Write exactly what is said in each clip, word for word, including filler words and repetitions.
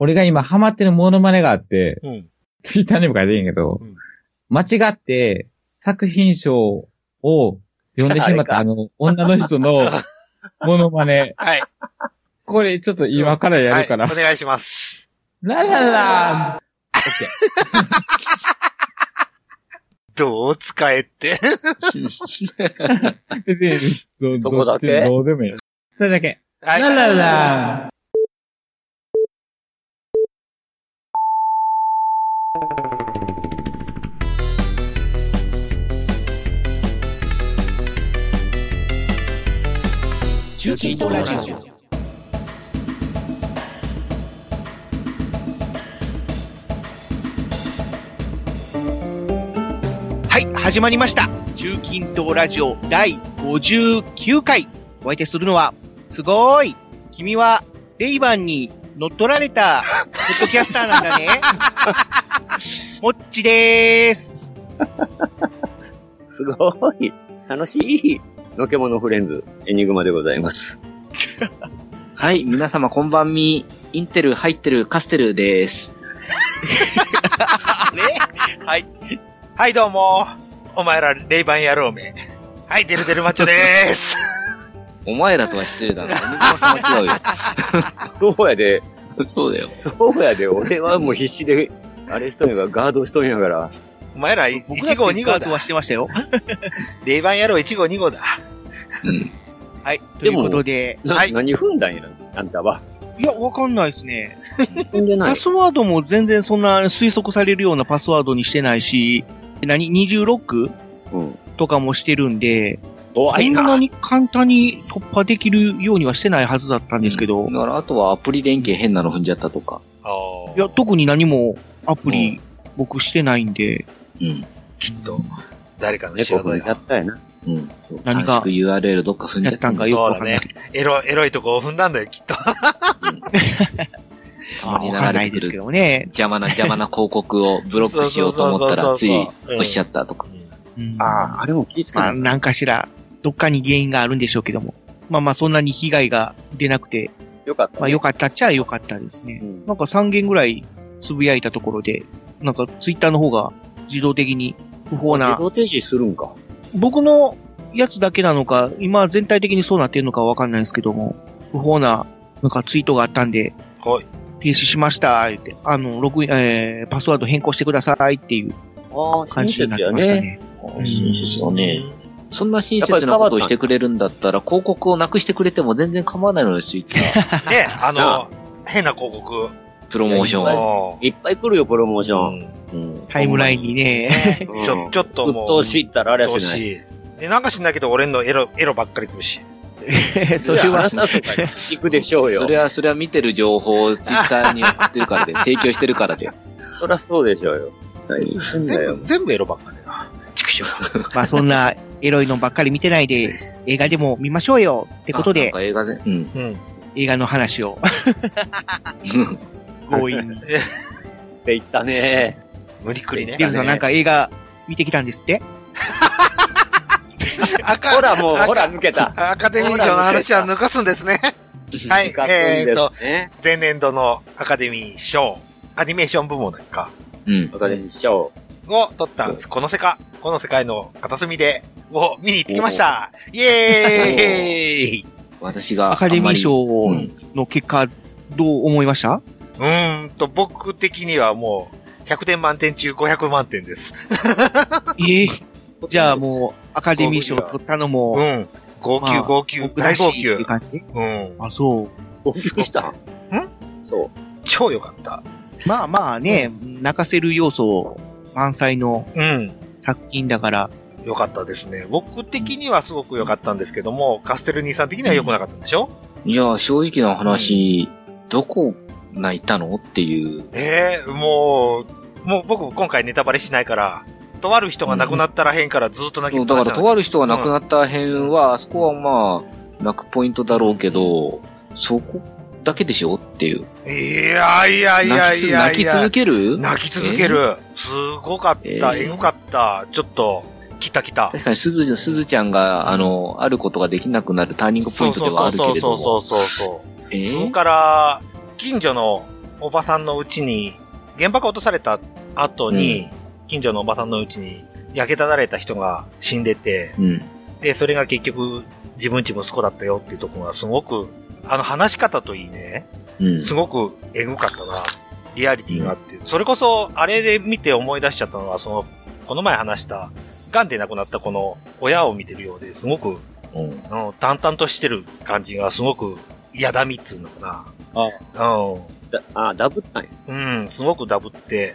俺が今ハマってるモノマネがあって、 うん、 ツイッターにも書いてんけど、うん、間違って作品賞を読んでしまったあの女の人のモノマネ。 はい。 これちょっと今からやるから。 はい、お願いします。 ラララー。オッケー。どう使えって。 別に、ど、 どこだけどうでもいい。それだけ。 はい。 ラララー。 中近東ラジオ。はい、始まりました。中近東ラジオだいごじゅうきゅうかい。お相手するのは、すごーい。君はレイバンに乗っ取られたポッドキャスターなんだね。もっちでーす。 すごい。楽しい。のけものフレンズ、エニグマでございます。 はい、皆様こんばんみ。インテル入ってるカステルです。 ね、はい。はい、どうも。お前ら、レイバン野郎め。はい、デルデルマッチョでーす。 お前らとは失礼だな。エニグマさんは違うよ。 そうやで。 そうだよ。 そうやで。俺はもう必死で、あれしとんやが、ガードしとんやから。 お前ら、いち号に号だ。 ガードはしてましたよ。 レイバン野郎いち号に号だ。 はい。ということで。 はい。何踏んだんや、あんたは。 いや、わかんないですね。 踏んでない。 パスワードも全然そんな推測されるようなパスワードにしてないし、何二重ロック、うん、とかもしてるんで、そんなに簡単に突破できるようにはしてないはずだったんですけど。 だからあとはアプリ連携変なの踏んじゃったとか。 いや、特に何もアプリ、僕してないんで。 うん。 きっと、誰かの仕業だよ。 やったやな。 うん。何か。ユーアールエル どっか踏んじゃったんかよくわかんない。 そうだね。エロ、エロいとこを踏んだんだよ、きっと。 ああ、わかんないですけどね。 邪魔な、邪魔な広告をブロックしようと思ったら、つい押しちゃったとか。 ああ、あれも気ぃつけない。 まあ、なんかしら、どっかに原因があるんでしょうけども。まあまあ、そんなに被害が出なくて。 よかった、ね。 まあ、よかったっちゃよかったですね。うん、なんかさんげんぐらいつぶやいたところで、なんかツイッターの方が自動的に不法な。 自動停止するんか。 僕のやつだけなのか、今全体的にそうなってるのかわかんないですけども、不法な、なんかツイートがあったんで、 はい。 停止しました、言って、あの、ログイン、えー、パスワード変更してくださいっていう感じになってましたね。 親切だね。そんな親切なことをしてくれるんだったら、広告をなくしてくれても全然構わないので、ツイッター。 ね、あの、変な広告。 プロモーション。いっぱい来るよ、プロモーション。 うん、タイムラインにね。 ちょ、ちょっともう。 うっとうしいったらあれはしない。 で、なんか知んないけど、俺のエロ、エロばっかり来るし。 それは、 聞くでしょうよ。 それは、それは見てる情報をツイッターに送ってるからで、提供してるからで。 そりゃそうでしょうよ。 大変だよ。全部エロばっかりだな。畜生。 まあそんなエロいのばっかり見てないで、映画でも見ましょうよってことで。 なんか映画で、うん。 うん。映画の話を。強引に。 って言ったね。 無理くりね。 デルさんなんか映画見てきたんですってほらもう、ほら抜けた。 アカデミー賞の話は抜かすんですね。はい。えーと、前年度のアカデミー賞、アニメーション部門だっか。 うん。 アカデミー賞を取った、この世界、この世界の片隅で、を見に行ってきました。イエーイ私が。 アカデミー賞の結果、どう思いました？ うーんと、僕的にはもう、ひゃくてん満点中ごひゃくまんてんです。 ええー、じゃあもう、アカデミー賞取ったのも、 うん。号泣、号泣、大号泣。 って感じ？ うん。 あ、そう。 号泣したん？ そう。超良かった。 まあまあね、うん、泣かせる要素満載の作品だから。 うん、良かったですね。僕的にはすごく良かったんですけども、カステル兄さん的には良くなかったんでしょ？ うん、いや、正直な話、うん、どこ泣いたのっていう。 ええー、もう、もう僕今回ネタバレしないから、とある人が亡くなったらへんからずっと泣きました、ね、 だからとある人が亡くなったへんは、うん、あそこはまあ、泣くポイントだろうけど、そこだけでしょっていう。 いやいやいやいやいや。 泣き続ける泣き続ける。すごかった。えぐかった。ちょっと、来た来た。 確かにすず、すずちゃんが、あの、あることができなくなるターニングポイントではあるけれども。 そうそうそうそうそうそう。えー、そこから、近所のおばさんのうちに、原爆落とされた後に、うん、近所のおばさんのうちに焼けただれた人が死んでて、うん、で、それが結局自分ち息子だったよっていうところがすごく、あの話し方といいね、うん、すごくエグかったな、リアリティがあって、うん、それこそあれで見て思い出しちゃったのは、その、この前話した、癌で亡くなったこの親を見てるようですごく、うん、淡々としてる感じがすごく嫌だみっつうのかな。あうん、あ、ダブったんや。 うん、すごくダブって、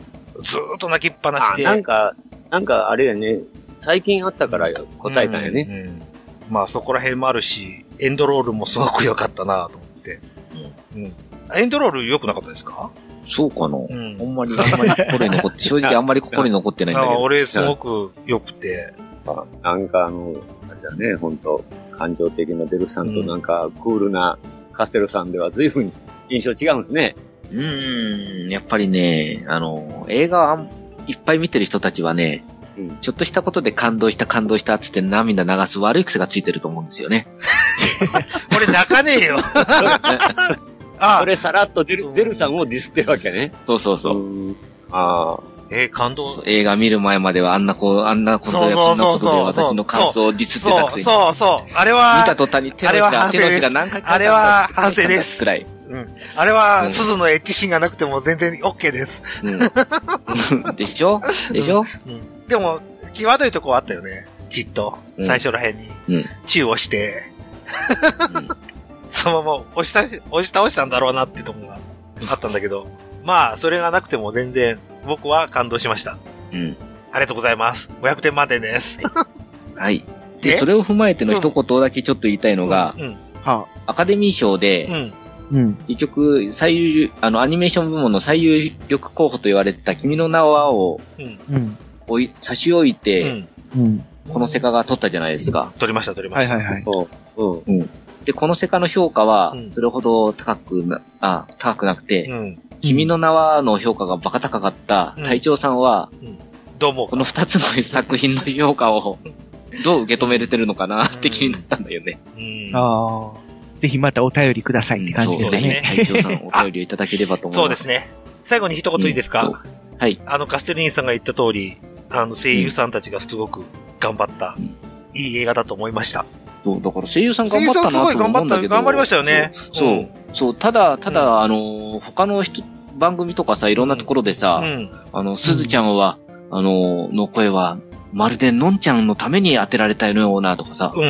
ずーっと泣きっぱなしで。 なんか、なんかあれやね、最近あったから答えたんやね。うんうん、 まあそこら辺もあるし、エンドロールもすごく良かったなと思って、うんうん。エンドロール良くなかったですか？ そうかな、うん、あんまり、あんまり心に残って、正直あんまり心に残ってないんだけど。 俺すごく良くて。 なんかあの、あれだね、ほんと、感情的なデルさんとなんか、クールなカステルさんでは随分印象違うんですね。 うーん、やっぱりね、あの、映画をいっぱい見てる人たちはね、うん、ちょっとしたことで感動した感動したっつって涙流す悪い癖がついてると思うんですよね。 俺泣かねえよ。 ああ。それさらっとデル、デルさんをディスってるわけね。 そうそうそう。 うああ。 えー、感動。 映画見る前まではあんなこう、あんなことでこんなことで私の感想をディスってたくせに。 そうそう。あれは、 見た途端に手のひら、手のひら何回かあれは反省です。 くらい。 うん。あれは、鈴のエッジシーンがなくても全然 OK です。 うん。でしょでしょ、 うん、うん。でも、際どいとこはあったよね。じっと。最初ら辺に。うん。チューをして、うん、そのまま押し倒し、押し倒したんだろうなってとこがあったんだけど、まあ、それがなくても全然僕は感動しました。うん。ありがとうございます。ごひゃくてん満点です。 はい。で、それを踏まえての一言だけちょっと言いたいのが、うんうん、アカデミー賞で、うん、結局、最優、あの、アニメーション部門の最有力候補と言われてた君の名はを、うん、おい差し置いて、うん、このセカが取ったじゃないですか。 取りました、取りました。はいはいはい。そう。 うん。うん。で、このセカの評価は、それほど高くな、あ、高くなくて、うん、君の名はの評価がバカ高かった隊長さんは、うんうん、 どうも。 この二つの作品の評価を、どう受け止めれてるのかなって気になったんだよね。 うん、ああ。ぜひまたお便りくださいって感じですね。 隊長さんお便りをいただければと思います。 そうですね。最後に一言いいですか、うん、はい。あの、カステルリンさんが言った通り、あの、声優さんたちがすごく頑張った、うん、いい映画だと思いました。 そう、だから声優さん頑張ったなと思うんだけど。声優さんすごい頑張った、 頑張りましたよね。 そう、うん、そう、ただ、ただ、うん、あの、他の人、番組とかさ、いろんなところでさ、うん、あの、すずちゃんは、あの、の声は、まるでのんちゃんのために当てられたようなとかさ、うん、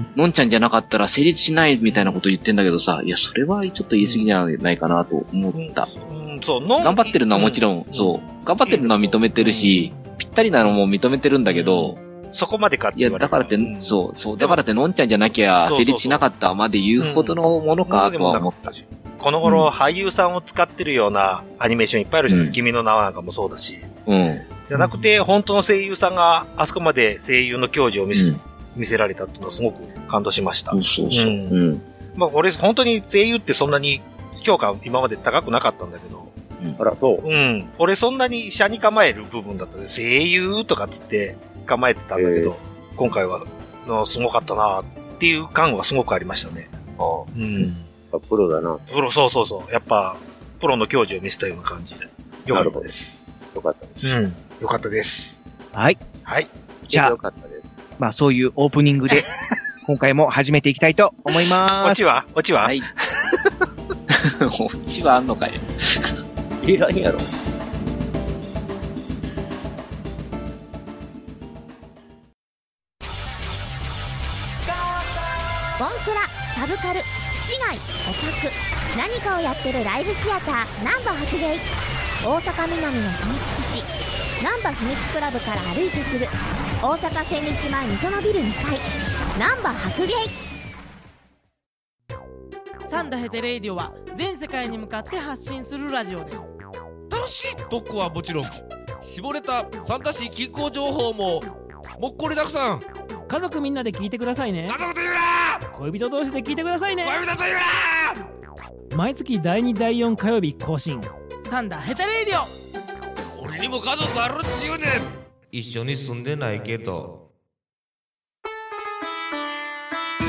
のんちゃんじゃなかったら成立しないみたいなこと言ってんだけどさ、いや、それはちょっと言い過ぎじゃないかなと思った。うんうん、そう頑張ってるのはもちろん、うん、そう、頑張ってるのは認めてるし、うん、ぴったりなのも認めてるんだけど、 そこまでかって言われる。いや、だからって、うん、そう、そう、だからってのんちゃんじゃなきゃ成立しなかったまで言うほどのものかとは思った。 この頃、うん、俳優さんを使ってるようなアニメーションいっぱいあるじゃないですか。うん、君の名はなんかもそうだし。うん。じゃなくて、本当の声優さんがあそこまで声優の矜持を見せ、うん、見せられたっていうのはすごく感動しました。そうそうそう。うん。うん、まあ、俺、本当に声優ってそんなに評価今まで高くなかったんだけど。 うん、あら、そう。 うん。俺そんなに車に構える部分だったんで、声優とかつって構えてたんだけど、えー、今回は、のすごかったなっていう感はすごくありましたね。ああ。うん。 プロだな。 プロ、そうそうそう。やっぱ、プロの矜持を見せたような感じで。よかったです。 よかったです。 うん。よかったです。 はい。 はい。 じゃあ、よかったです。まあそういうオープニングで、今回も始めていきたいと思います。 オチはオチははい。 オチはあんのかい。 いらんやろ。 ボンクラ、サブカル、市街、オタク、何かをやってるライブシアター、ナンバ白芸。大阪南の秘密基地、ナンバ秘密クラブから歩いてすぐ、大阪千日前みそのビルにかい、ナンバ白芸。 サンダヘテレイディオは全世界に向かって発信するラジオです。 楽しい特攻はもちろん、絞れた参加し気候情報ももっこりたくさん。 家族みんなで聞いてくださいね。 家族と言うな。 恋人同士で聞いてくださいね。 恋人と言うな。毎月だいにだいよん火曜日更新、サンダヘテレイディオ。俺にも家族あるっちゅうねん。一緒に住んでないけど。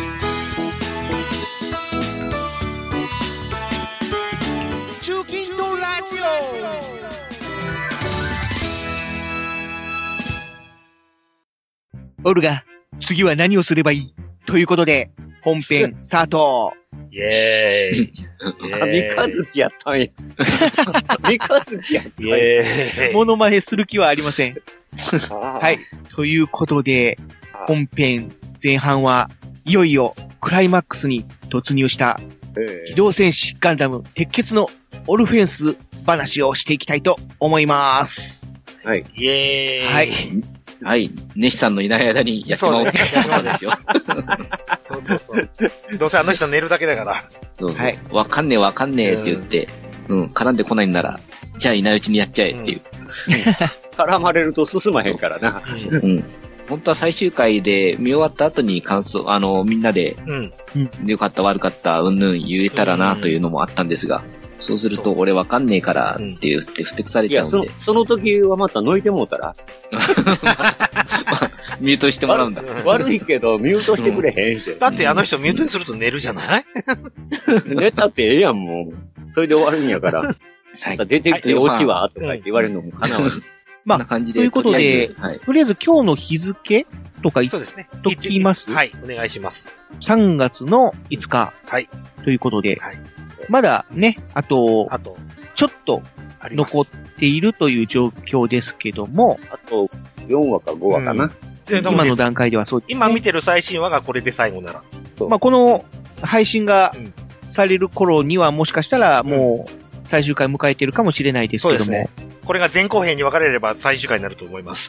中近東オルガ、次は何をすればいいということで、本編スタート。 イェーイ。 あ、三日月やったんや。三日月やったんや。 イェーイ。 モノマネする気はありません。はい。ということで、本編前半はいよいよクライマックスに突入した機動戦士ガンダム鉄血のオルフェンス話をしていきたいと思います。 はい。 イェーイ。 はい。 はい。ネシさんのいない間にやってまおうってことですよ。 そうそうそう。どうせあの人寝るだけだから。 そうそう。はい。わかんねえわかんねえって言って、うん、うん、絡んでこないんなら、じゃあいないうちにやっちゃえっていう。うん、 絡まれると進まへんからな。 うん。うん、本当は最終回で見終わった後に感想、あの、みんなで、うん。良かった悪かった、うんぬん言えたらなというのもあったんですが、そうすると俺わかんねえからって言ってふてくされちゃうんで。いや、 その、その時はまた抜いてもうたらミュートしてもらうんだ。 悪いけど、ミュートしてくれへんって。 だってあの人ミュートにすると寝るじゃない寝たってええやん、もう。それで終わるんやから。はい、出てきてオチはとか言って言われるのもかなわない。 まあ、感じでということで、はい、とりあえず今日の日付とか言っときます。 はい、お願いします。 さんがつのいつか。はい。ということで、はい、まだね、あと、あと、ちょっと残っているという状況ですけども、 あとよんわかごわかな。 うん、今の段階ではそうですね。 今見てる最新話がこれで最後なら。 まあ、この配信がされる頃にはもしかしたらもう最終回迎えてるかもしれないですけども。そうですね。 これが前後編に分かれれば最終回になると思います。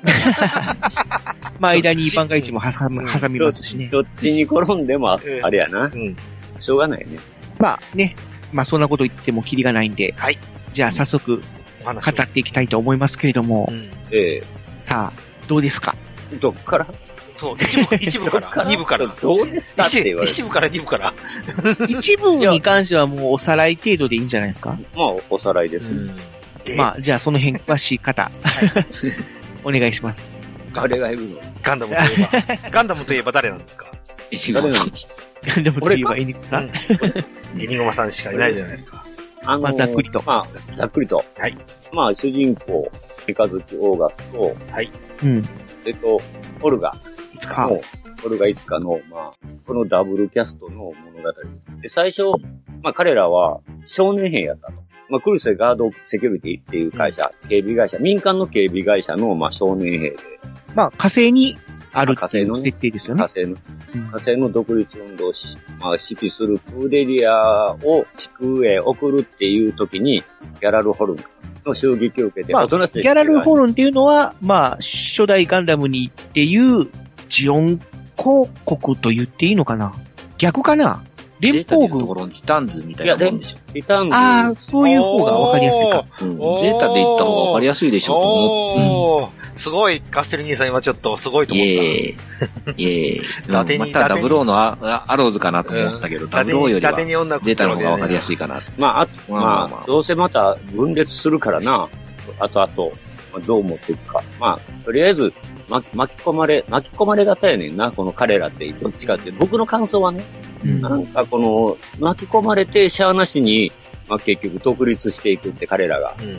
まあ、間に番外地も挟み、挟みますしね。 どっちに転んでもあれやな。うん。しょうがないね。 まあね。まあそんなこと言ってもキリがないんで。はい。じゃあ早速、語っていきたいと思いますけれども。うん、ええ。さあ、どうですか？ どっからそう、一部、一部から、二部から。 どうですかって言われる。 一部から二部から。 一部に関してはもうおさらい程度でいいんじゃないですか？ まあ、おさらいです。うんまあ、じゃあその辺詳しい方、はい、お願いします。 誰がいるの？ ガンダムといえば。ガンダムといえば誰なんですか？ 誰なんですか？ガンダムといえばエニグマさん。 エニグマさんしかいないじゃないですか。 あのー、 まあ、ざっくりと。 まあ、ざっくりと。はい。まあ、主人公、三日月オーガスと、はい。うん。えっと、オルガ。 いつかの、オルガいつかの、まあ、このダブルキャストの物語。で、最初、まあ、彼らは少年兵やったと。まあ、クルセガードセキュリティっていう会社、うん、警備会社、民間の警備会社の、まあ、少年兵で。 まあ、火星にあるっていう設定ですよね。 火星の、うん、火星の独立運動を、まあ、指揮するプーデリアを地空へ送るっていう時に、ギャラルホルンの襲撃を受けて、 まあ、ギャラルホルンっていうのは、まあ、初代ガンダムにっていうジオン公国と言っていいのかな？逆かな？連邦軍。 ところにティタンズみたいなもんでしょ。 ティタンズ。 ああ、そういう方がわかりやすいか。 うん。ゼータで言った方がわかりやすいでしょうと思って。うん、すごい、カステル兄さん今ちょっとすごいと思った。 イエーイ。イエーイ。うん、またダブローのアアローズかなと思ったけど、うん、ダブローよりはゼータの方がわかりやすいかな。 まあ、あまあ、まあまあ、どうせまた分裂するからな。あとあと、まあ、どう持っていくか。まあ、とりあえず、ま、巻き込まれ、巻き込まれ型やねんな、この彼らって、どっちかって。僕の感想はね、うん、なんかこの、巻き込まれて、シャアなしに、まあ、結局独立していくって彼らが、うん、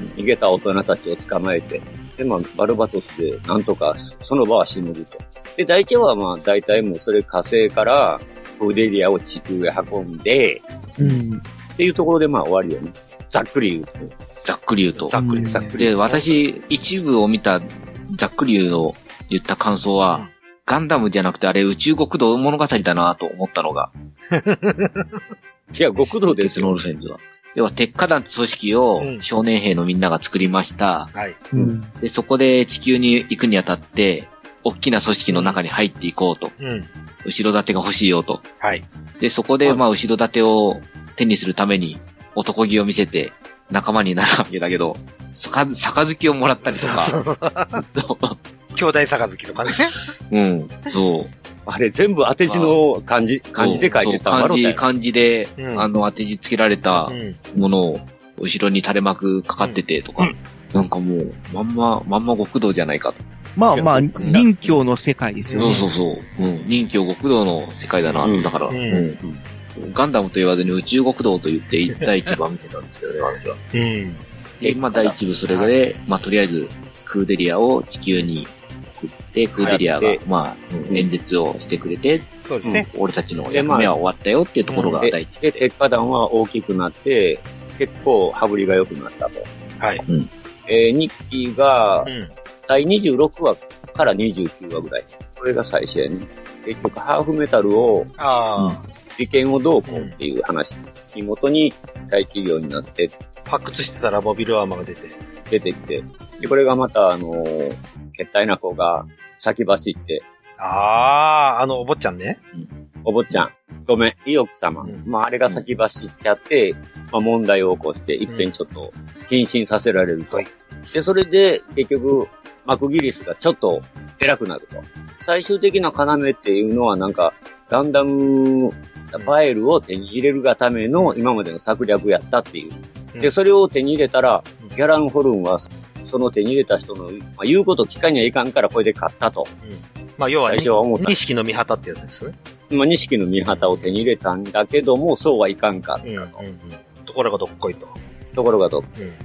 逃げた大人たちを捕まえて、で、まあ、バルバトスで、なんとか、その場はしのぐと。で、第一話はまあ、大体もうそれ火星から、プーデリアを地球へ運んで、うん、っていうところでまあ終わりよね。ざっくり言うと。 ざっくり言うと。 ざっくりざっくり。で、私、一部を見た、ざっくり言うの、言った感想は、うん、ガンダムじゃなくてあれ宇宙極道物語だなと思ったのが。 いや、極道ですよ。鉄のオルフェンズは。要は鉄火団って組織を少年兵のみんなが作りました。はい。うん、で、そこで地球に行くにあたって、大きな組織の中に入っていこうと。うん。後ろ盾が欲しいよと。はい。で、そこで、まあ、後ろ盾を手にするために男気を見せて仲間になるわけだけど、杯をもらったりとか。 兄弟杯とかね。 うん、そう。 あれ全部当て字の漢字、漢字で書いてたんだろうね。漢字、漢字で、うん、あの、当て字つけられたものを、後ろに垂れ幕かかっててとか、うん、なんかもう、まんま、まんま極道じゃないかと。 まあまあ、任教の世界ですよね。 そうそうそう。うん。任教極道の世界だな、うん、だから、うん。うん。 ガンダムと言わずに宇宙極道と言って第一部は見てたんですよね、私は。うん。で、まあ第一部それで、まあとりあえず、クーデリアを地球に送って、クーデリアが、まあ、演説をしてくれて、 そうですね。 俺たちの役目は終わったよっていうところが第一部。 で、鉄火弾は大きくなって、結構羽振りが良くなったと。 はい。うん。 えー、にきが、だいにじゅうろくわからにじゅうきゅうわぐらい。これが最初やね。結局、ハーフメタルを、あ利権をどうこうっていう話、月元に大企業になって、 発掘してたらモビルアーマーが出て。 出てきて。で、これがまた、あのー、決体な子が先走って。 ああ、あの、お坊ちゃんね。 うん、お坊ちゃん。ごめん、意奥様。うん、まあ、あれが先走っちゃって、まあ、問題を起こして、一遍ちょっと、謹慎させられると。うん、で、それで、結局、マクギリスがちょっと偉くなると。最終的な要っていうのはなんか、ガンダム、バイルを手に入れるがための今までの策略やったっていう。で、それを手に入れたら、ギャランホルンは、その手に入れた人の、まあ、言うこと聞かにはいかんからこれで勝ったと。うん、 まあ、要は、最初は思った。錦の御旗ってやつですね。 まあ、錦の御旗を手に入れたんだけども、そうはいかんかったと。うんうんうん、 ところがどっこいと。 ところがどっこい。うん、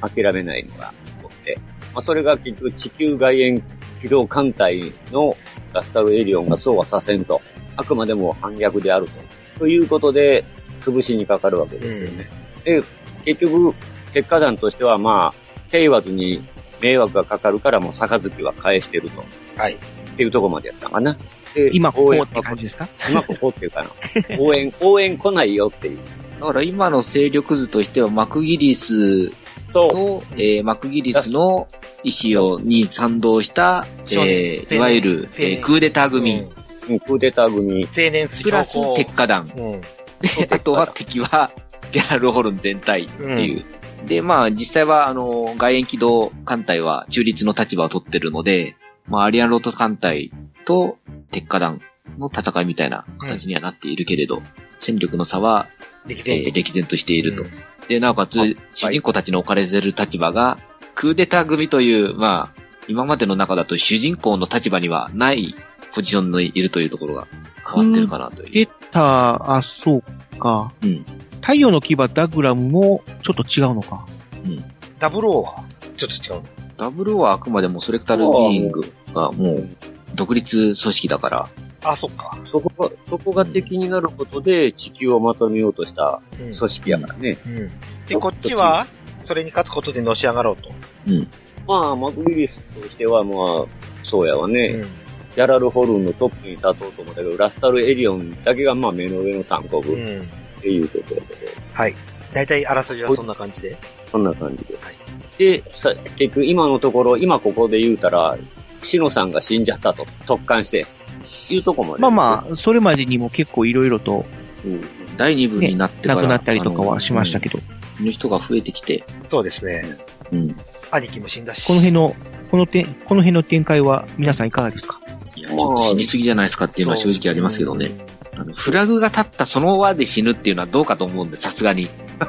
諦めないのが起こって。まあ、それが結局地球外縁機動艦隊のラスタルエリオンがそうはさせんと。あくまでも反逆であると。ということで、潰しにかかるわけですよね。うん、で、結局、鉄火団としてはまあ、手言わずに迷惑がかかるからもう杯は返してると。 はい。 っていうところまでやったかな。 で今ここって感じですか？ 今ここっていうかな。応援、応援来ないよっていう。 だから今の勢力図としてはマクギリスと、えー、マクギリスの意思をに賛同した、えー、いわゆる、えー、クーデター組。 うん、クーデター組。 青年プラス鉄火団。うん、で、あとは敵はギャラルホルン全体っていう。うん、で、まあ実際はあの、外縁機動艦隊は中立の立場を取ってるので、まあアリアンロート艦隊と鉄火団の戦いみたいな形にはなっているけれど、うん、戦力の差は、歴然と、えー、歴然としていると。うん、で、なおかつ、主人公たちの置かれている立場が、クーデター組という、まあ、今までの中だと主人公の立場にはないポジションにいるというところが変わってるかなという。 クーデター、あ、そうか。うん。太陽の牙ダグラムもちょっと違うのか。 うん。ダブルオーはちょっと違うの？ ダブルオーはあくまでもセレクタルビーイングがもう独立組織だから。 あ、そっか。 そこが、そこが敵になることで地球をまとめようとした組織やからね。うんうん、 で、こっちは、それに勝つことでのし上がろうと。 うん。まあ、マクギリスとしては、まあ、そうやわね。うん、ギャラルホルンのトップに立とうと思ったけど、ラスタルエリオンだけがまあ目の上の単国っていうことだけど。 はい。大体争いはそんな感じで。 そんな感じです。はい。で、さ結局今のところ、今ここで言うたら、シノさんが死んじゃったと、特感して。いうとこまで。 まあまあ、それまでにも結構いろいろと、 うん、だいに部になってから、 ね、亡くなったりとかはしましたけど。 の人が増えてきて。 そうですね。うん。兄貴も死んだし。 この辺の、この点、この辺の展開は皆さんいかがですか？ いや、ちょっと死にすぎじゃないですかっていうのは正直ありますけどね。あのフラグが立ったその輪で死ぬっていうのはどうかと思うんで、さすがに。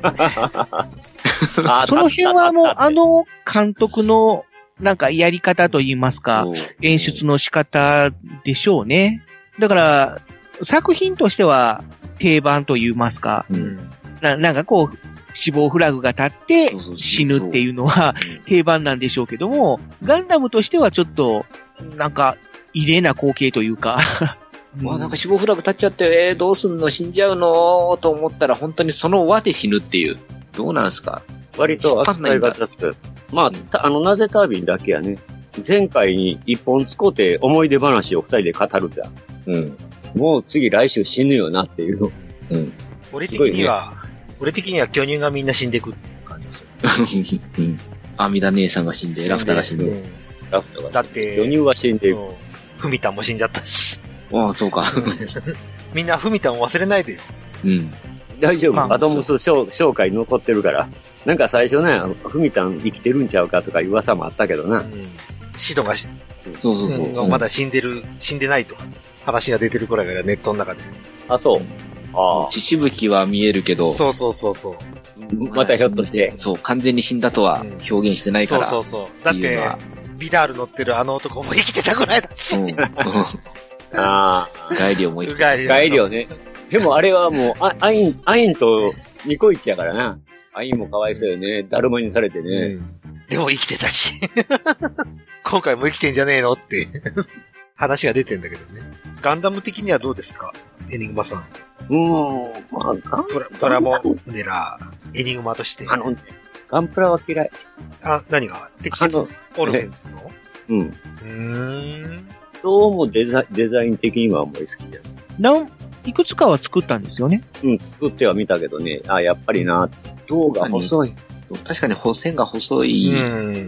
その辺はもう、あの監督の、なんかやり方と言いますか、演出の仕方でしょうね。だから、作品としては定番と言いますか、うん、な, なんかこう、死亡フラグが立って死ぬっていうのは定番なんでしょうけども、ガンダムとしてはちょっと、なんか異例な光景というか。 まあなんか死亡フラグ立っちゃって、えー、どうすんの死んじゃうのと思ったら本当にその輪で死ぬっていう。どうなんですか？ 割と扱いが立つ。まあ、あの、なぜタービンだけやね。前回に一本使って思い出話を二人で語るじゃん。うん。もう次来週死ぬよなっていう。うん。 俺的には、ね、俺的には巨乳がみんな死んでいくっていう感じでする。 うん。阿弥陀姉さんが死んで、ラフタが死んで。うん、 ラフタが。 だって、 巨乳は死んでいく。 フミタンも死んじゃったし。 ああ、そうか。 みんなフミタンを忘れないでよ。 うん。大丈夫。まあ、アトムス紹介残ってるから。なんか最初ね、フミタン生きてるんちゃうかとか噂もあったけどな。うん、 シドがし、 そうそうそう。 まだ死んでる、死んでないとか、話が出てるくらいからネットの中で。 あ、そう。 ああ。血しぶきは見えるけど。 そうそうそうそう。 またひょっとして。 そう、完全に死んだとは表現してないから。 そうそうそう。だって、ビダール乗ってるあの男も生きてたくらいだし。うん、 ああ。ガイリオも生きてた。ガイリオね。 でもあれはもう、あアイン、アインとニコイチやからな。アインもかわいそうよね。だるまにされてね。うん、 でも生きてたし。今回も生きてんじゃねえのって話が出てんだけどね。ガンダム的にはどうですかエニグマさん。 うーん、まあ、ガンプラ、プラモデラー、エニグマとして。 あの、ガンプラは嫌い。 あ、何が鉄血オルフェンズのうん。うーん。どうもデザデザイン的にはあんまり好きじゃない。なん、いくつかは作ったんですよね。 うん、作ってはみたけどね。あ、やっぱりな、胴が細い。 確かに線が細い。 うん。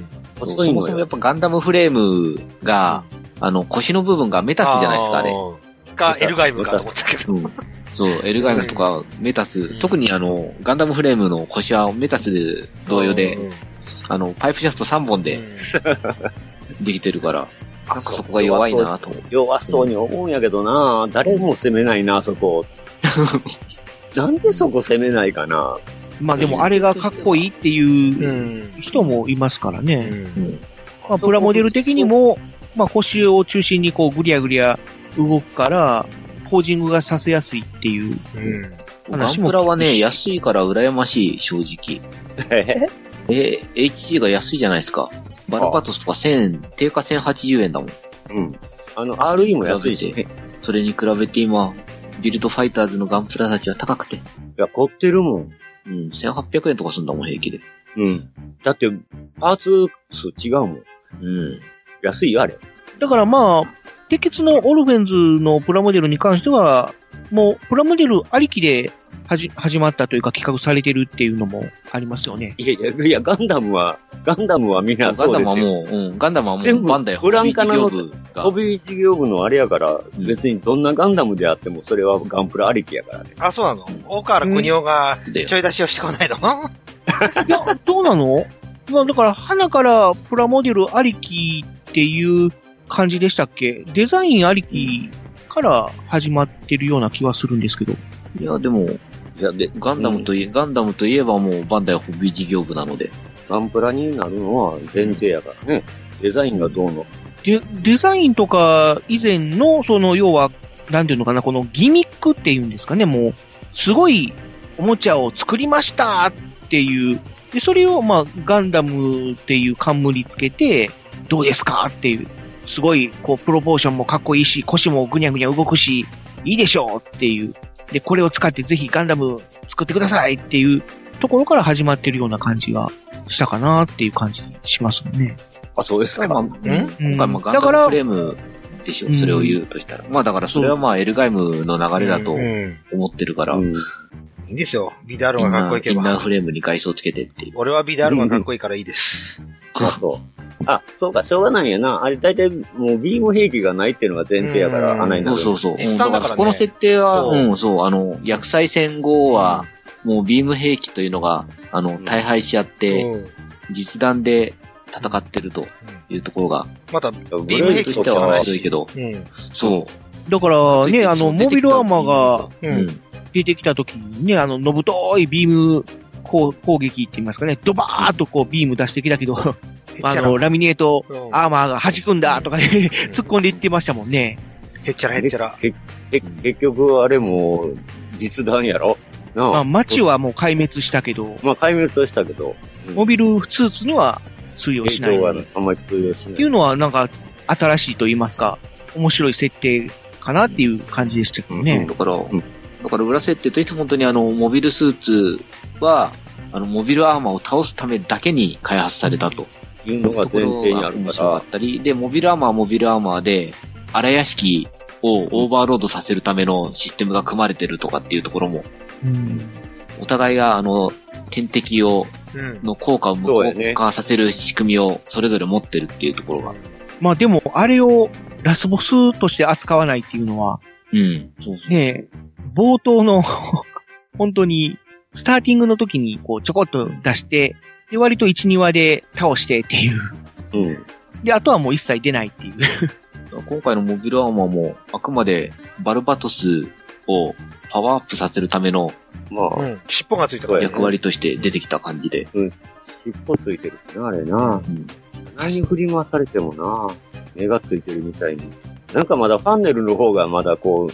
細いのよ。そもそもやっぱガンダムフレームが、あの、腰の部分が目立つじゃないですか、あれ。 か、エルガイムかと思ったけど。うん、 そう、エルガイムとか目立つ、うん、特にあの、ガンダムフレームの腰は目立つ同様で、うん、あの、パイプシャフトさんぼんで、うん、できてるから、なんかそこが弱いなと思う。 弱そうに思うんやけどな、うん、誰も攻めないな、そこ。なんでそこ攻めないかな。 まあでもあれがかっこいいっていう人もいますからね。うんうん、まあ、プラモデル的にも、まあ腰を中心にこうグリャグリャ動くから、ポージングがさせやすいっていう話も。ガンプラはね、安いから羨ましい、正直。ええ、エイチジー が安いじゃないですか。バルバトスとかせん、定価せんはちじゅうえんだもん。 うん。あの、アールイー も安いし。 それに比べて今、ビルドファイターズのガンプラたちは高くて。いや、凝ってるもん。 うん、せんはっぴゃくえんとかすんだもん、平気で。 うん。だって、パーツ数違うもん。 うん。 安いよ、あれ。 だからまあ、鉄血のオルフェンズのプラモデルに関しては、もう、プラモデルありきで、はじ、始まったというか企画されてるっていうのもありますよね。 いやいや、いや、ガンダムは、ガンダムはみんなそうですよ。 ガンダムはもう、うん、ガンダムはもう、バンダよ。 フランカナの、ホビー事業部のあれやから、うん、別にどんなガンダムであっても、それはガンプラありきやからね。 あ、そうなの大河原邦夫が、ちょい出しをしてこないのいや、どうなのまあ、だから、花からプラモデルありきっていう感じでしたっけ？デザインありきから始まってるような気はするんですけど。 いや、でも、いや、で、ガンダムといえ、うん、ガンダムといえばもうバンダイホビー事業部なので。 ガンプラになるのは前提やからね。デザインがどうの。 で、デザインとか以前の、その、要は、なんていうのかな、このギミックっていうんですかね、もう、すごいおもちゃを作りましたっていう。で、それを、まあ、ガンダムっていう冠つけて、どうですかっていう。すごい、こう、プロポーションもかっこいいし、腰もぐにゃぐにゃ動くし、いいでしょうっていう。で、これを使ってぜひガンダム作ってくださいっていうところから始まってるような感じがしたかなっていう感じしますよね。 あ、そうですか。 まあ、今回もガンダムフレームでしょ、それを言うとしたら。まあだからそれはまあエルガイムの流れだと思ってるから。 うんうん、いいんですよ。ビダールがかっこいいけば。 インナーフレームに外装つけてっていう。 俺はビダールがかっこいいからいいです。 そうそう。あ、そうか、しょうがないんやな。あれ大体もうビーム兵器がないっていうのが前提やから、穴になる。 そうそうそう。うん、だからそこの設定は、うん、そう、あの、薬剤戦後は、もうビーム兵器というのが、あの、大敗し合って、うん、実弾で戦ってるというところが、 また、ビーム兵器としては面白いけど、うん、そう。 だからね、あの、モビルアーマーが、出てきた時にね、あの、のぶといビーム攻撃って言いますかね、ドバーっとこうビーム出してきたけど、あの、ラミネートアーマーが弾くんだとかね、突っ込んでいってましたもんね。 へっちゃらへっちゃら。 結局あれも実弾やろなあ。 まあ、街はもう壊滅したけど。 まあ、壊滅はしたけど。 うん、モビルスーツには通用しない。 はあんまり通用しない。 っていうのはなんか、新しいと言いますか、面白い設定かなっていう感じでしたけどね。 うん、だから、うん、だから裏設定といって本当にあの、モビルスーツは、あの、モビルアーマーを倒すためだけに開発されたと。 いうのが前提にあるから。 あったり、で、モビルアーマーはモビルアーマーで、荒屋敷をオーバーロードさせるためのシステムが組まれてるとかっていうところも、うん、お互いが、あの、天敵を、うん、の効果を無効化させる仕組みをそれぞれ持ってるっていうところが。 まあでも、あれをラスボスとして扱わないっていうのは、 うん。そうそうねえ、冒頭の、本当に、スターティングの時に、こう、ちょこっと出して、で、割といち、にわで倒してっていう。 うん。 で、あとはもう一切出ないっていう。 今回のモビルアーマーも、あくまでバルバトスをパワーアップさせるための、 まあ、うん、尻尾がついたから、 ね、役割として出てきた感じで。 うん。尻尾ついてるな、あれな。うん。何振り回されてもな、目がついてるみたいに。なんかまだファンネルの方がまだこう、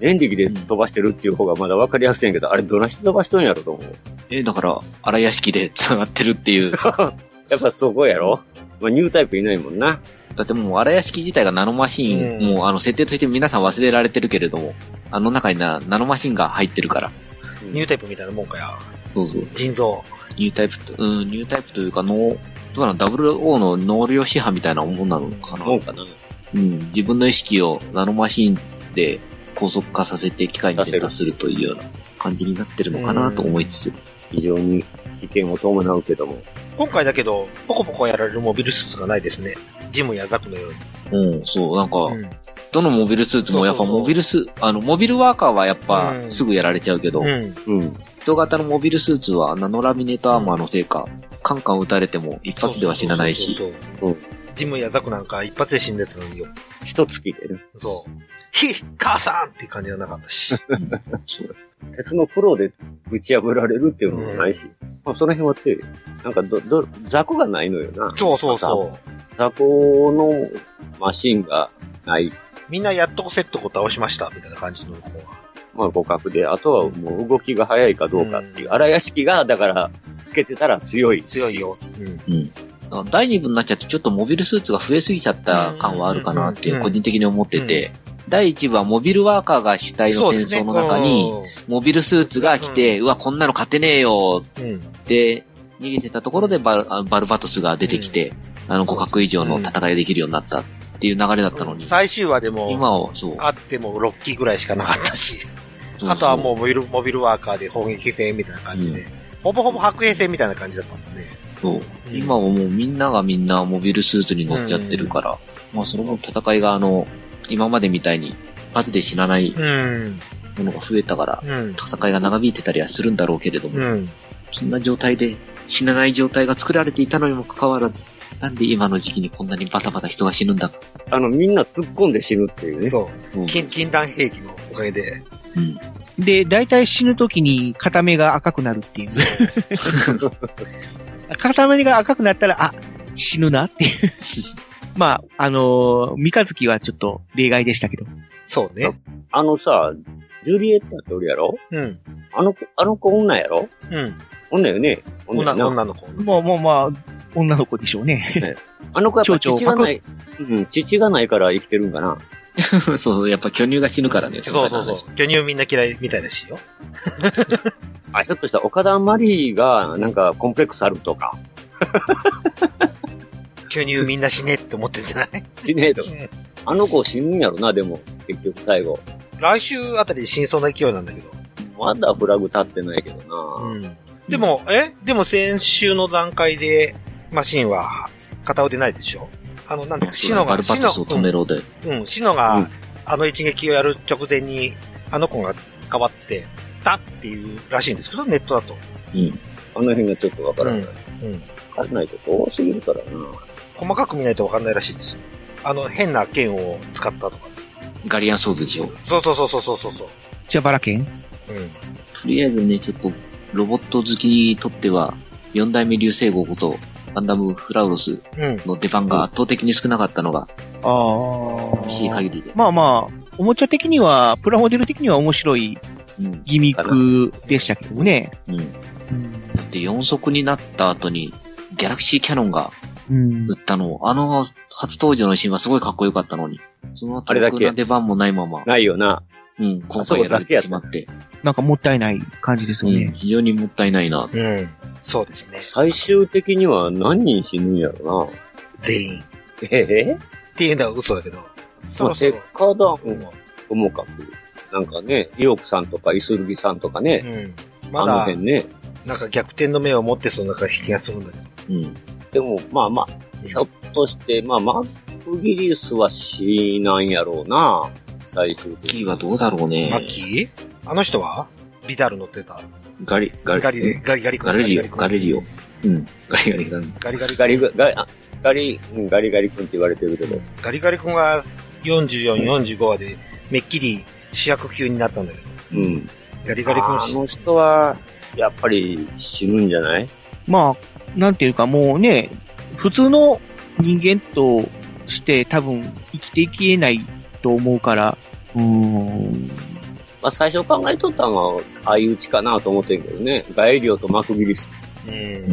電力で飛ばしてるっていう方がまだ分かりやすいんやけど、あれどないして飛ばしとんやろと思う。 え、だから、荒屋敷で繋がってるっていう。 やっぱそこやろ。まあ、ニュータイプいないもんな。 だってもう荒屋敷自体がナノマシーン、うん、もうあの設定として皆さん忘れられてるけれども、あの中になナノマシンが入ってるから。 ニュータイプみたいなもんかや。 そうそう。 腎臓。 ニュータイプと、うん、ニュータイプというか、ノー、どうなの、ダブルオー の納涼師派みたいなもんなのかな。 そうかな。 うん、自分の意識をナノマシンで高速化させて機械に連打するというような感じになってるのかなと思いつつ。 非常に危険を伴うけども。 今回だけど、ポコポコやられるモビルスーツがないですね。ジムやザクのように。うん、そう、なんか、うん、どのモビルスーツもやっぱモビルス、あの、モビルワーカーはやっぱすぐやられちゃうけど、うん。うん。人型のモビルスーツはナノラミネートアーマーのせいか、カンカン撃たれても一発では死なないし。そうそうそうそう、うん。 ジムやザクなんか一発で死んでたのによ。 一突きでね。 そう。ひ母さんっていう感じはなかったし。 鉄のプロでぶち破られるっていうのもないし。うん、まあその辺は強い。なんかど、ど、雑魚がないのよな。 そうそうそう。 雑魚のマシンがない。 みんなやっとセットを倒しましたみたいな感じの方は。 まあ互角で、あとはもう動きが早いかどうかっていう。荒屋敷が、だから、つけてたら強い。 強いよ。 うん。うん。だいに部になっちゃってちょっとモビルスーツが増えすぎちゃった感はあるかなって個人的に思ってて、だいいち部はモビルワーカーが主体の戦争の中に、モビルスーツが来て、うわ、こんなの勝てねえよって逃げてたところでバル、バルバトスが出てきて、あの互角以上の戦いできるようになったっていう流れだったのに。 最終話でも、 今はそう。 あってもろっきぐらいしかなかったし、あとはもうモビル、モビルワーカーで砲撃戦みたいな感じで、ほぼほぼ白兵戦みたいな感じだったもんね。 そう。うん、今はもうみんながみんなモビルスーツに乗っちゃってるから、うん、まあその戦いがあの、今までみたいに数で死なないものが増えたから、うん、戦いが長引いてたりはするんだろうけれども、うん、そんな状態で死なない状態が作られていたのにもかかわらず、なんで今の時期にこんなにバタバタ人が死ぬんだか。 あの、みんな突っ込んで死ぬっていうね。 そう。うん、禁、禁断兵器のおかげで。 うん。で、大体死ぬ時に片目が赤くなるっていう。片目が赤くなったら、あ、死ぬなっていう。まあ、あのー、三日月はちょっと例外でしたけど。 そうね。 あのさ、ジュリエッタっておるやろ？うん。あの子、あの子女やろ？うん。女よね。 女、女の子。 まあまあまあ、女の子でしょうね。 ねあの子やっぱ父がない、うん、父がないから生きてるんかな。 そう、やっぱ巨乳が死ぬからね。 そうそうそう。巨乳みんな嫌いみたいだしよ。 あ、ひょっとしたら岡田マリーがなんかコンプレックスあるとか。 巨乳みんな死ねって思ってんじゃない？ 死ねえと。あの子死ぬんやろな、でも、結局最後。 来週あたりで死にそうな勢いなんだけど。 まだフラグ立ってないけどな。うん。 でも、えでも先週の段階で、マシンは片腕ないでしょ？あの、なんだか、シノが、 シノ、止めろで。 うん、シノが、あの一撃をやる直前に、あの子が変わって、たっていうらしいんですけど、ネットだと。 うん。あの辺がちょっとわからない。うん。うん。わかんないと多すぎるからな。 細かく見ないとわかんないらしいですよ。あの、変な剣を使ったとかです。 ガリアンソードでしょ？ そうそうそうそうそうそう。 ジャバラ剣？うん。 とりあえずね、ちょっと、ロボット好きにとっては、よん代目流星号こと、ガンダムフラウロスの出番が圧倒的に少なかったのが、ああ。厳しい限りで。 まあまあ、おもちゃ的には、プラモデル的には面白いギミックでしたけどもね。うん。うん、 だってよん速になった後に、ギャラクシーキャノンが、撃ったの、うん、あの初登場のシーンはすごいかっこよかったのに、その後、ろくな出番もないまま。 ないよな。 うん、今回やられてしまって。 なんかもったいない感じですよね。うん、 非常にもったいないな。 うん。そうですね。 最終的には何人死ぬんやろな。 全員。 ええっていうのは嘘だけど。 そろそろ。鉄火弾は、ともかく。なんかね、イオクさんとかイスルギさんとかね。うん。まだ、あの辺ね。 なんか逆転の目を持ってそうな気がするんだけど。 うん。でも、まあまあ、ひょっとして、まあ、マックギリスは死なんやろうな。最終的にはどうだろうね。 マッキー？あの人はビダール乗ってた。 ガリ、ガリ、 ガリ、ガリ、ガリ、 ガリリオ、ガリリオ。うん。ガリガリガリ。 ガリガリ、 ガリ、ガリ、ガリ、ガリガリ君って言われてるけど。 ガリガリ君がよんじゅうよん、よんじゅうご話でめっきり主役級になったんだけど。うん。ガリガリ君。 あの人は、やっぱり死ぬんじゃない？ まあ、なんていうかもうね、普通の人間として多分生きていけないと思うから、うーん。 まあ最初考えとったのは、相打ちかなと思ってるけどね。ガエリオとマクビリス。 うん。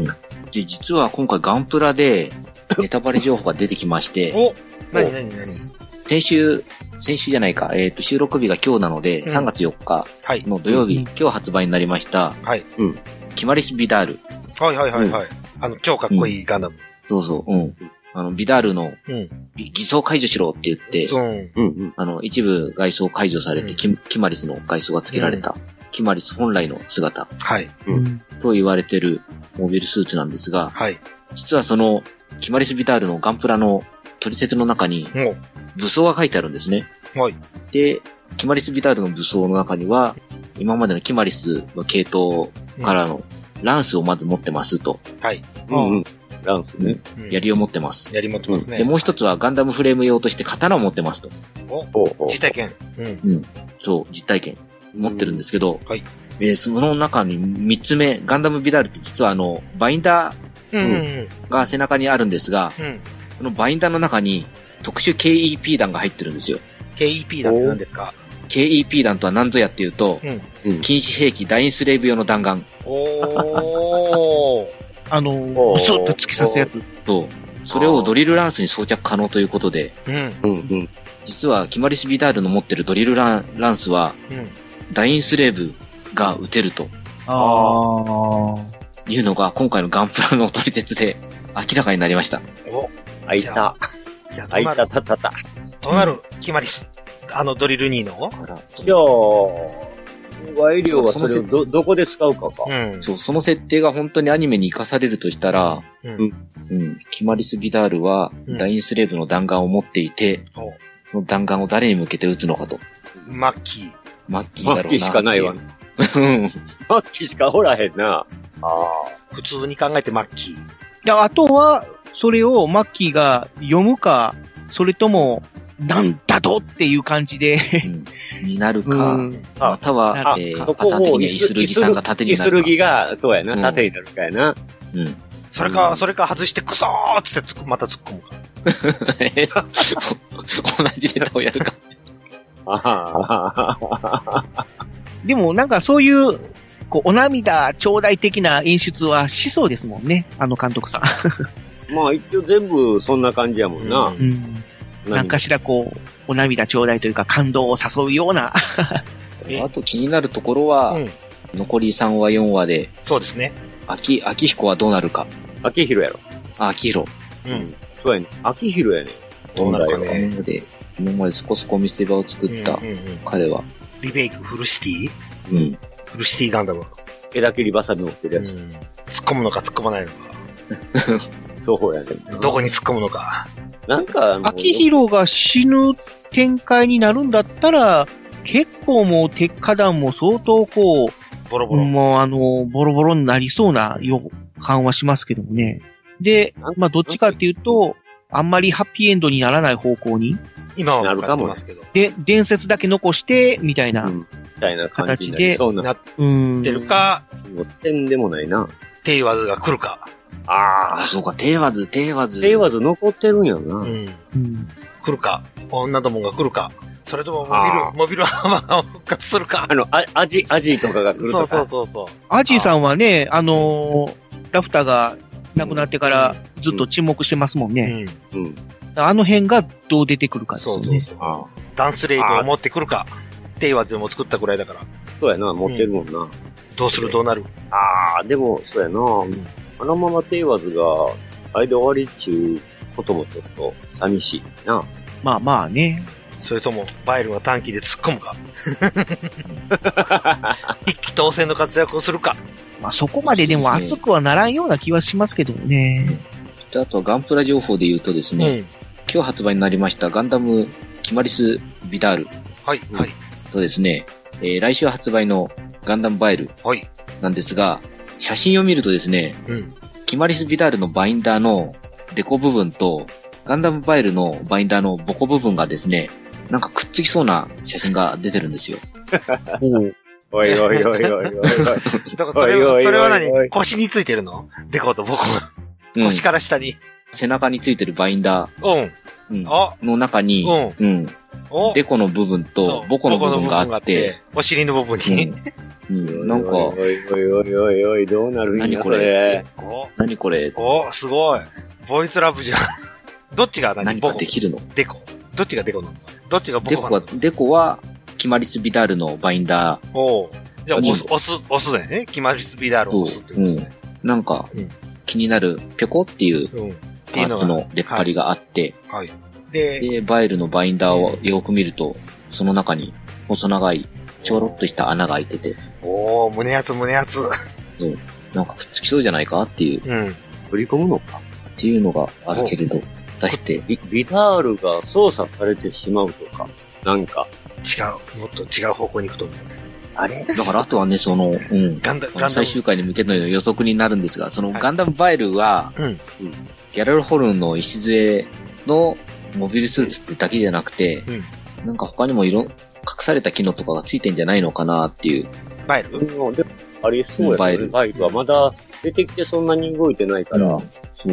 で、実は今回ガンプラで、ネタバレ情報が出てきまして。 おなになになに先週、先週じゃないか、えっ、ー、と、収録日が今日なので、うん、さんがつよっかの土曜日、はい、今日発売になりました。 はい。 うん。キマリス・ビダール。 はいはいはいはい。うん、あの、超かっこいいガンダム。うん、 そうそう、うん。あの、ビダールの、うん、偽装解除しろって言って、そう。うん。あの、一部外装解除されて、うん、キ、キマリスの外装が付けられた、うん、キマリス本来の姿。 はい。 うん。と言われてるモビルスーツなんですが、 はい。 実はその、キマリス・ビダールのガンプラの取説の中に、武装が書いてあるんですね。 はい。 で、キマリス・ビダールの武装の中には、今までのキマリスの系統からのランスをまず持ってますと。 はい。 うんうん。ランスね。 槍を持ってます。 槍持ってますね。 で、もう一つはガンダムフレーム用として刀を持ってますと。 お実体験。 うん。うん。そう、実体験。持ってるんですけど、 はい。 えー、その中に三つ目、ガンダムビダールって実はあの、バインダーが背中にあるんですが、うん、そのバインダーの中に特殊 ケーイーピー 弾が入ってるんですよ。 ケーイーピー 弾って何ですか？ ケーイーピー 弾とは何ぞやっていうと、うん、禁止兵器ダインスレイブ用の弾丸。 おー。 あのー、スッと突き刺すやつ。 と、それをドリルランスに装着可能ということで、 うんうんうん、 実はキマリス・ビダールの持ってるドリルラン、ランスは、うん、ダインスレイブが撃てると。 あいうのが今回のガンプラの取説で明らかになりました。 お、 あいた。 じゃあ、 あいたたたた。 となる、キマリス。あのドリルにのじゃあ、ワイリオはそれをど、どこで使うかか。 うん。そう、その設定が本当にアニメに活かされるとしたら、うん。うん。キマリス・ビダールは、ダインスレーブの弾丸を持っていて、うん、その弾丸を誰に向けて撃つのかと。 マッキー。 マッキーだろうな。 マッキーしかないわ、ね。マッキーしかおらへんな。ああ。 普通に考えてマッキー。いや、あとは、それをマッキーが読むか、それとも、なんだとっていう感じで、 うん、になるか、うん、または、えー、パターン的にはイスルギさんが縦になるか。 イスルギが、そうやな、縦になるかやな。 うん。 それか、それか外してクソーってつまた突っ込むか。 えー、同じネタをやるか。 でもなんかそういう、こう、お涙頂戴的な演出はしそうですもんね、あの監督さん。 まあ一応全部そんな感じやもんな。 うん。なんかしらこう、お涙頂戴というか感動を誘うような。 あと気になるところは、うん、残りさんわよんわで。 そうですね。 秋、秋彦はどうなるか。 秋広やろ。 あ、秋広。 うん。 そうやね。秋広やね。 どうなるかね。 今まで、今までそこそこ見せ場を作った彼は。うんうんうん、 リベイクフルシティ？ うん。 フルシティガンダム。 枝切りバサミ持ってるやつ。うん。 突っ込むのか突っ込まないのか。 そうやね。 どこに突っ込むのか。 なんか、 秋広が死ぬ展開になるんだったら、結構もう鉄火弾も相当こう、 ボロボロ。 もうあの、ボロボロになりそうな予感はしますけどもね。で、まあどっちかっていうと、あんまりハッピーエンドにならない方向に。 今は向かってますけど。 で、伝説だけ残して、みたいな。うん、みたいな形で。 そうなってるか。 もう線でもないな。 テイワズが来るか。 ああ、そうか、テイワズ、テイワズ。 テイワズ残ってるんやな。うん。 うん、来るか。女どもが来るか。それともモビル、モビルハーマーを復活するか。 あの、あアジ、アジとかが来るとか。 そうそうそうそう。 アジさんはね、あのー、ラフターが亡くなってからずっと沈黙してますもんね。うん。うん、あの辺がどう出てくるかですよね。そうそうそう。 ダンスレイブを持ってくるか。テイワズも作ったくらいだから。 そうやな、持ってるもんな。うん、 どうするどうなる？ ああ、でも、そうやな。うんあのままテイワズが、あれで終わりっちゅうこともちょっと寂しいな。 まあまあね。 それとも、バイルが短期で突っ込むか。一気当選の活躍をするか。 まあそこまででも熱くはならんような気はしますけどね。 であとはガンプラ情報で言うとですね、うん、今日発売になりましたガンダムキマリス・ビダール。 はい、はい。 とですね、えー、来週発売のガンダムバイル。 はい。 なんですが、写真を見るとですね、うん、キマリス・ビダールのバインダーのデコ部分と、ガンダムバイルのバインダーのボコ部分がですね、なんかくっつきそうな写真が出てるんですよ。 おいおいおいおいおいおい。 だからそれは、それは何？腰についてるの？デコとボコが。腰から下に。 背中についてるバインダー。うん。 うん、の中に、うん。うん。 デコの部分とボコの部分があって、 お尻の部分に。 うん、なんか、 おいおいおいおいおい、どうなるんや、 何これ。何これ。 お、すごい。ボイスラブじゃん。どっちが何何かできるの？ デコ。どっちがデコなの？どっちがボコなの？デコは、デコは、キマリスビダールのバインダー。 おう。じゃあ、押す、押す、押すだよね。キマリスビダールを押すってことね。 うん。なんか、うん、気になる、ぴょこっていう、パーツの出っ張りがあって、 はい。はい。で、 で、バイルのバインダーをよく見ると、その中に細長い、ちょろっとした穴が開いてて。 おー、胸熱胸熱。 そう。なんかくっつきそうじゃないかっていう。 うん。 取り込むのかっていうのがあるけれど、出して。 ビ、ビダールが操作されてしまうとか、なんか。 違う。もっと違う方向に行くと思う。 あれだからあとはね、その、うん。 ガンダム、ガンダム。 最終回に向けての予測になるんですが、そのガンダムバイルは、 はい、うん。 ギャラルホルンの礎のモビルスーツってだけじゃなくて、うん、なんか他にもいろ、隠された機能とかがついてんじゃないのかなっていう。 バイル？ うん、でありそうやね、バイル。バイルはまだ出てきてそんなに動いてないから。うん、 そう。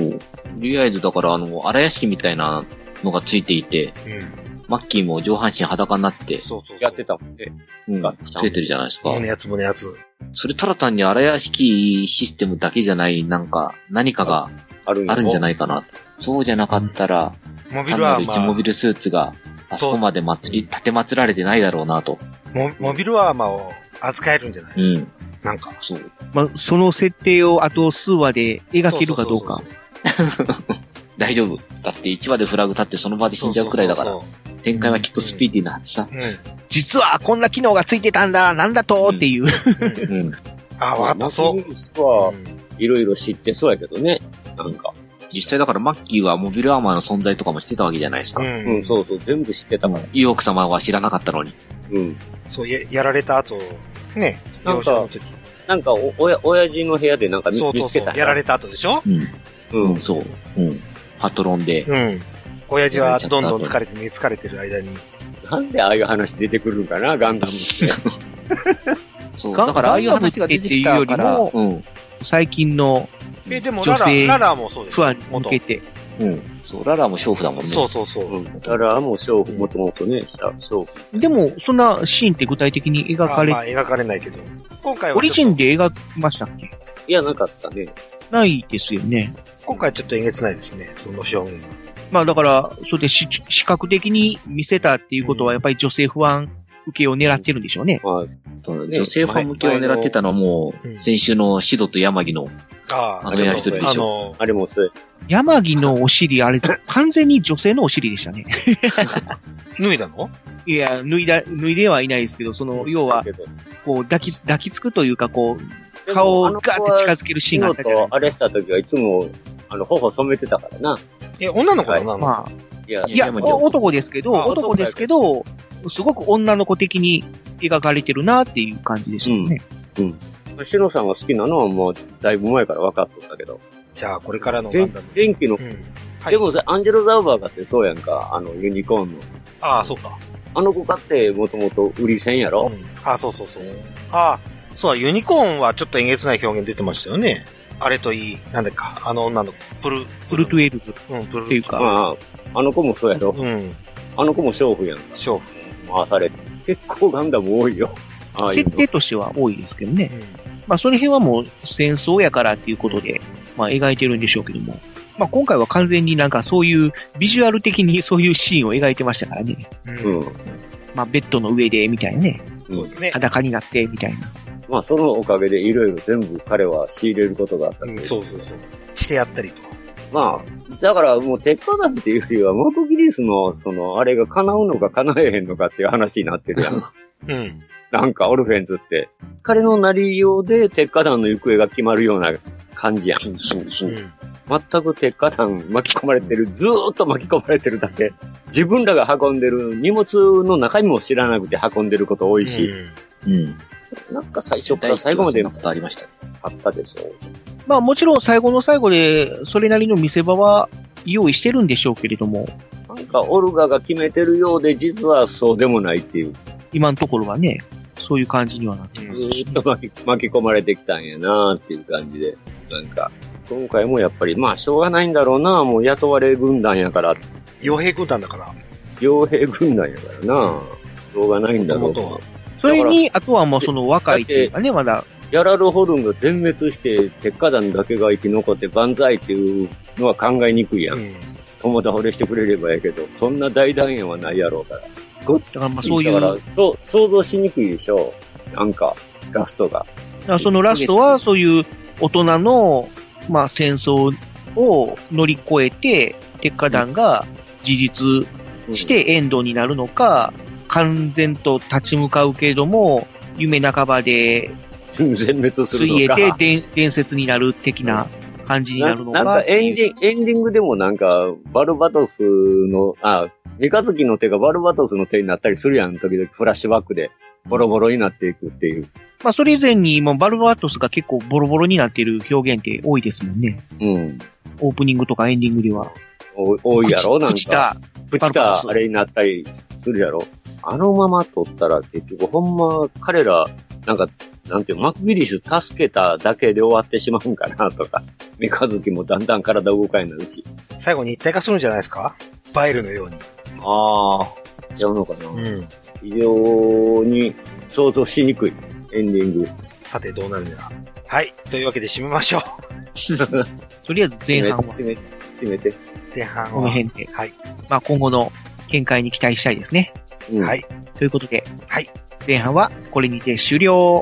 とりあえずだからあの、荒屋敷みたいなのがついていて、うん、マッキーも上半身裸になって、 そうそうそうやってたもんね。 うん。つけてるじゃないですか。 胸やつ胸やつ。 それただ単に荒屋敷システムだけじゃない、なんか、何かがあるんじゃないかな。そうじゃなかったら、 モビルアーマー。 単なるいちモビルスーツが、あそこまで祭り、立て祭られてないだろうなと。 モ、モビルアーマーを扱えるんじゃない？ うん。 なんか。 そう。まあ、その設定をあと数話で描けるかどうか。 大丈夫。だっていちわでフラグ立ってその場で死んじゃうくらいだから。そうそうそうそう展開はきっとスピーディーなはずさ。 うんうん、 実はこんな機能がついてたんだ、なんだとっていう。うん。 うん、あ、わかった、そう。 いろいろ知ってそうやけどね。なんか。 実際だからマッキーはモビルアーマーの存在とかもしてたわけじゃないですか。 うん、うん、そうそう、全部知ってたから。 イオーク様は知らなかったのに。 うん。 そう、や、やられた後、ね、 なんか、なんかお、おや、親父の部屋でなんか見つけた。そうそうそう、 やられた後でしょ？ うん。うん、そう。うん。パトロンで。 うん。親父はどんどん疲れて、ね、疲れてる間に。 なんでああいう話出てくるんかな、ガンダムって。 そう。だからああいう話が出てきたから、 うん。最近の、 え、でもララ、ララもそうです。 ファンに向けて。 うん。そう、ララも娼婦だもんね。 そうそうそう。 うん、ララも娼婦、もともとね、娼婦。 でも、そんなシーンって具体的に描かれ、 まあ、描かれないけど。今回は。 オリジンで描きましたっけ？ いや、なかったね。 ないですよね。 今回ちょっとえげつないですね、その表現は。 まあだから、それで視覚的に見せたっていうことは、やっぱり女性不安受けを狙ってるんでしょうね。 まあ、女性ファン向けを狙ってたのはもう、先週のシドとヤマギの、あのやりとりでしょ。 あれもそう。 ヤマギのお尻、あれ、完全に女性のお尻でしたね。 脱いだの？ いや、脱いだ、脱いではいないですけど、その、要は、こう、抱き、抱きつくというか、こう、顔をガーって近づけるシーンがあったじゃないですか。 あれした時はいつも、あの、頬染めてたからな。 え、女の子だな、 まあ。いや、いや男ですけど、男ですけど、すごく女の子的に描かれてるなっていう感じですよね。 うん。うん。シロさんが好きなのはもう、だいぶ前から分かっとったけど。 じゃあ、これからのガンダム。 元気の、うんはい、でもさ、アンジェロ・ザウバーがってそうやんか、あの、ユニコーンの。 ああ、そうか。 あの子かってもともと売り線やろ、うん、 ああ、そうそうそう。ああ、そうユニコーンはちょっとえげつない表現出てましたよね。あれといい、なんだか、あの女の子、プル、 プルトゥエルブ。 うん、プルっていうか。 まあ、あの子もそうやろ。 うん。 あの子も娼婦やんか。 娼婦。 回されて。結構ガンダム多いよ。 ああ設定としては多いですけどね。うん、まあ、その辺はもう戦争やからっていうことで、まあ、描いてるんでしょうけども。まあ、今回は完全になんかそういう、ビジュアル的にそういうシーンを描いてましたからね。 うん。 まあ、ベッドの上で、みたいなね。 そうですね。 裸になって、みたいな。 まあ、そのおかげでいろいろ全部彼は仕入れることがあったけど、 うん。そうそうそう。してやったりと。 まあ、だからもう鉄火団っていうよりは、モブギリスの、その、あれが叶うのか叶えへんのかっていう話になってるやん。 うん。 なんか、オルフェンズって、彼のなりようで鉄火団の行方が決まるような感じやん。うん。全く鉄火団巻き込まれてる、ずーっと巻き込まれてるだけ。自分らが運んでる荷物の中身も知らなくて運んでること多いし。 うん。うん、 なんか最初から最後までありました。 あったでしょ。 まあもちろん最後の最後で、それなりの見せ場は用意してるんでしょうけれども。 なんかオルガが決めてるようで、実はそうでもないっていう。 今のところはね、そういう感じにはなってます、 ね。ずーっと巻き巻き込まれてきたんやなーっていう感じで。なんか、今回もやっぱり、まあしょうがないんだろうな、もう雇われ軍団やから。 傭兵軍団だから。 傭兵軍団やからな。しょうがないんだろうと。 それに、あとはもうその若いっていうかね、まだ。 ギャラルホルンが全滅して、鉄火団だけが生き残って万歳っていうのは考えにくいやん。うん、友倒れしてくれればやけど、そんな大団円はないやろうから。 だからまあそういう。だから、 そう、想像しにくいでしょう。なんか、ラストが。 だからそのラストは、そういう大人の、まあ戦争を乗り越えて、鉄火団が自立してエンドになるのか、うん、完全と立ち向かうけれども、夢半ばで、 全滅するのか。 ついえて伝説になる的な感じになるのか。 な, なんかエンディング、エンディングでもなんか、バルバトスの、あ、三日月の手がバルバトスの手になったりするやん、時々フラッシュバックで、ボロボロになっていくっていう。 まあ、それ以前にもバルバトスが結構ボロボロになっている表現って多いですもんね。 うん。 オープニングとかエンディングでは。 お多いやろなんか。 プチタ、 プチタ、あれになったりするやろ。あのまま撮ったら結局ほんま彼ら、なんか、なんていう、マクギリス助けただけで終わってしまうんかなとか、三日月もだんだん体動かんようになるし。 最後に一体化するんじゃないですか？バイルのように。 ああ、ちゃうのかな。 うん。 非常に想像しにくいエンディング。 さてどうなるんだ。はい。というわけで締めましょう。 とりあえず前半は。 締めて。締めて。 前半は。 この辺で。 はい。 まあ今後の見解に期待したいですね。 うん、はい。 ということで。 はい。 前半はこれにて終了。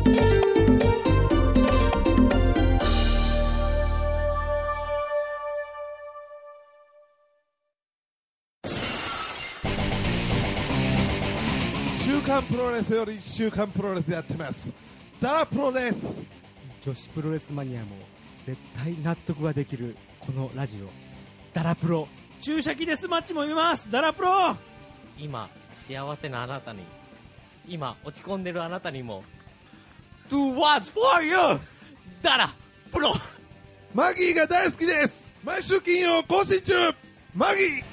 週刊プロレスより週刊プロレスやってます。ダラプロです。 女子プロレスマニアも絶対納得ができるこのラジオ。ダラプロ。 注射器デスマッチも見ます。ダラプロ。 今、幸せなあなたに。今、落ち込んでるあなたにも。 Do what's for you! ダラプロ。 マギーが大好きです。毎週金曜更新中。マギー